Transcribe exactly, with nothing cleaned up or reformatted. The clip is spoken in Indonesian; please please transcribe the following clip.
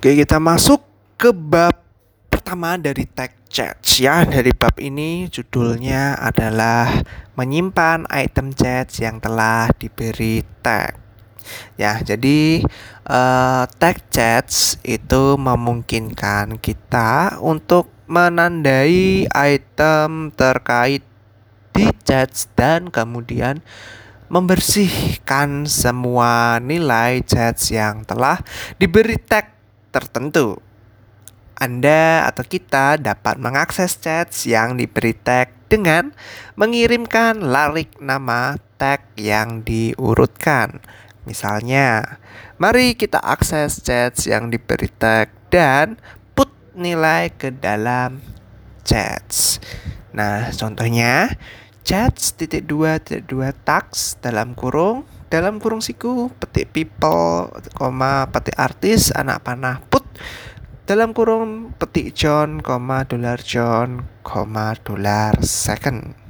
Oke, kita masuk ke bab pertama dari tag chats ya. Dari bab ini judulnya adalah menyimpan item chats yang telah diberi tag. Ya, jadi uh, tag chats itu memungkinkan kita untuk menandai item terkait di chats dan kemudian membersihkan semua nilai chats yang telah diberi tag tertentu. Anda atau kita dapat mengakses chats yang diberi tag dengan mengirimkan larik nama tag yang diurutkan. Misalnya, mari kita akses chats yang diberi tag dan put nilai ke dalam chats. Nah, contohnya chats titik dua titik dua tags dalam kurung dalam kurung siku petik people koma petik artis anak panah put dalam kurung petik John koma dolar John koma dolar second.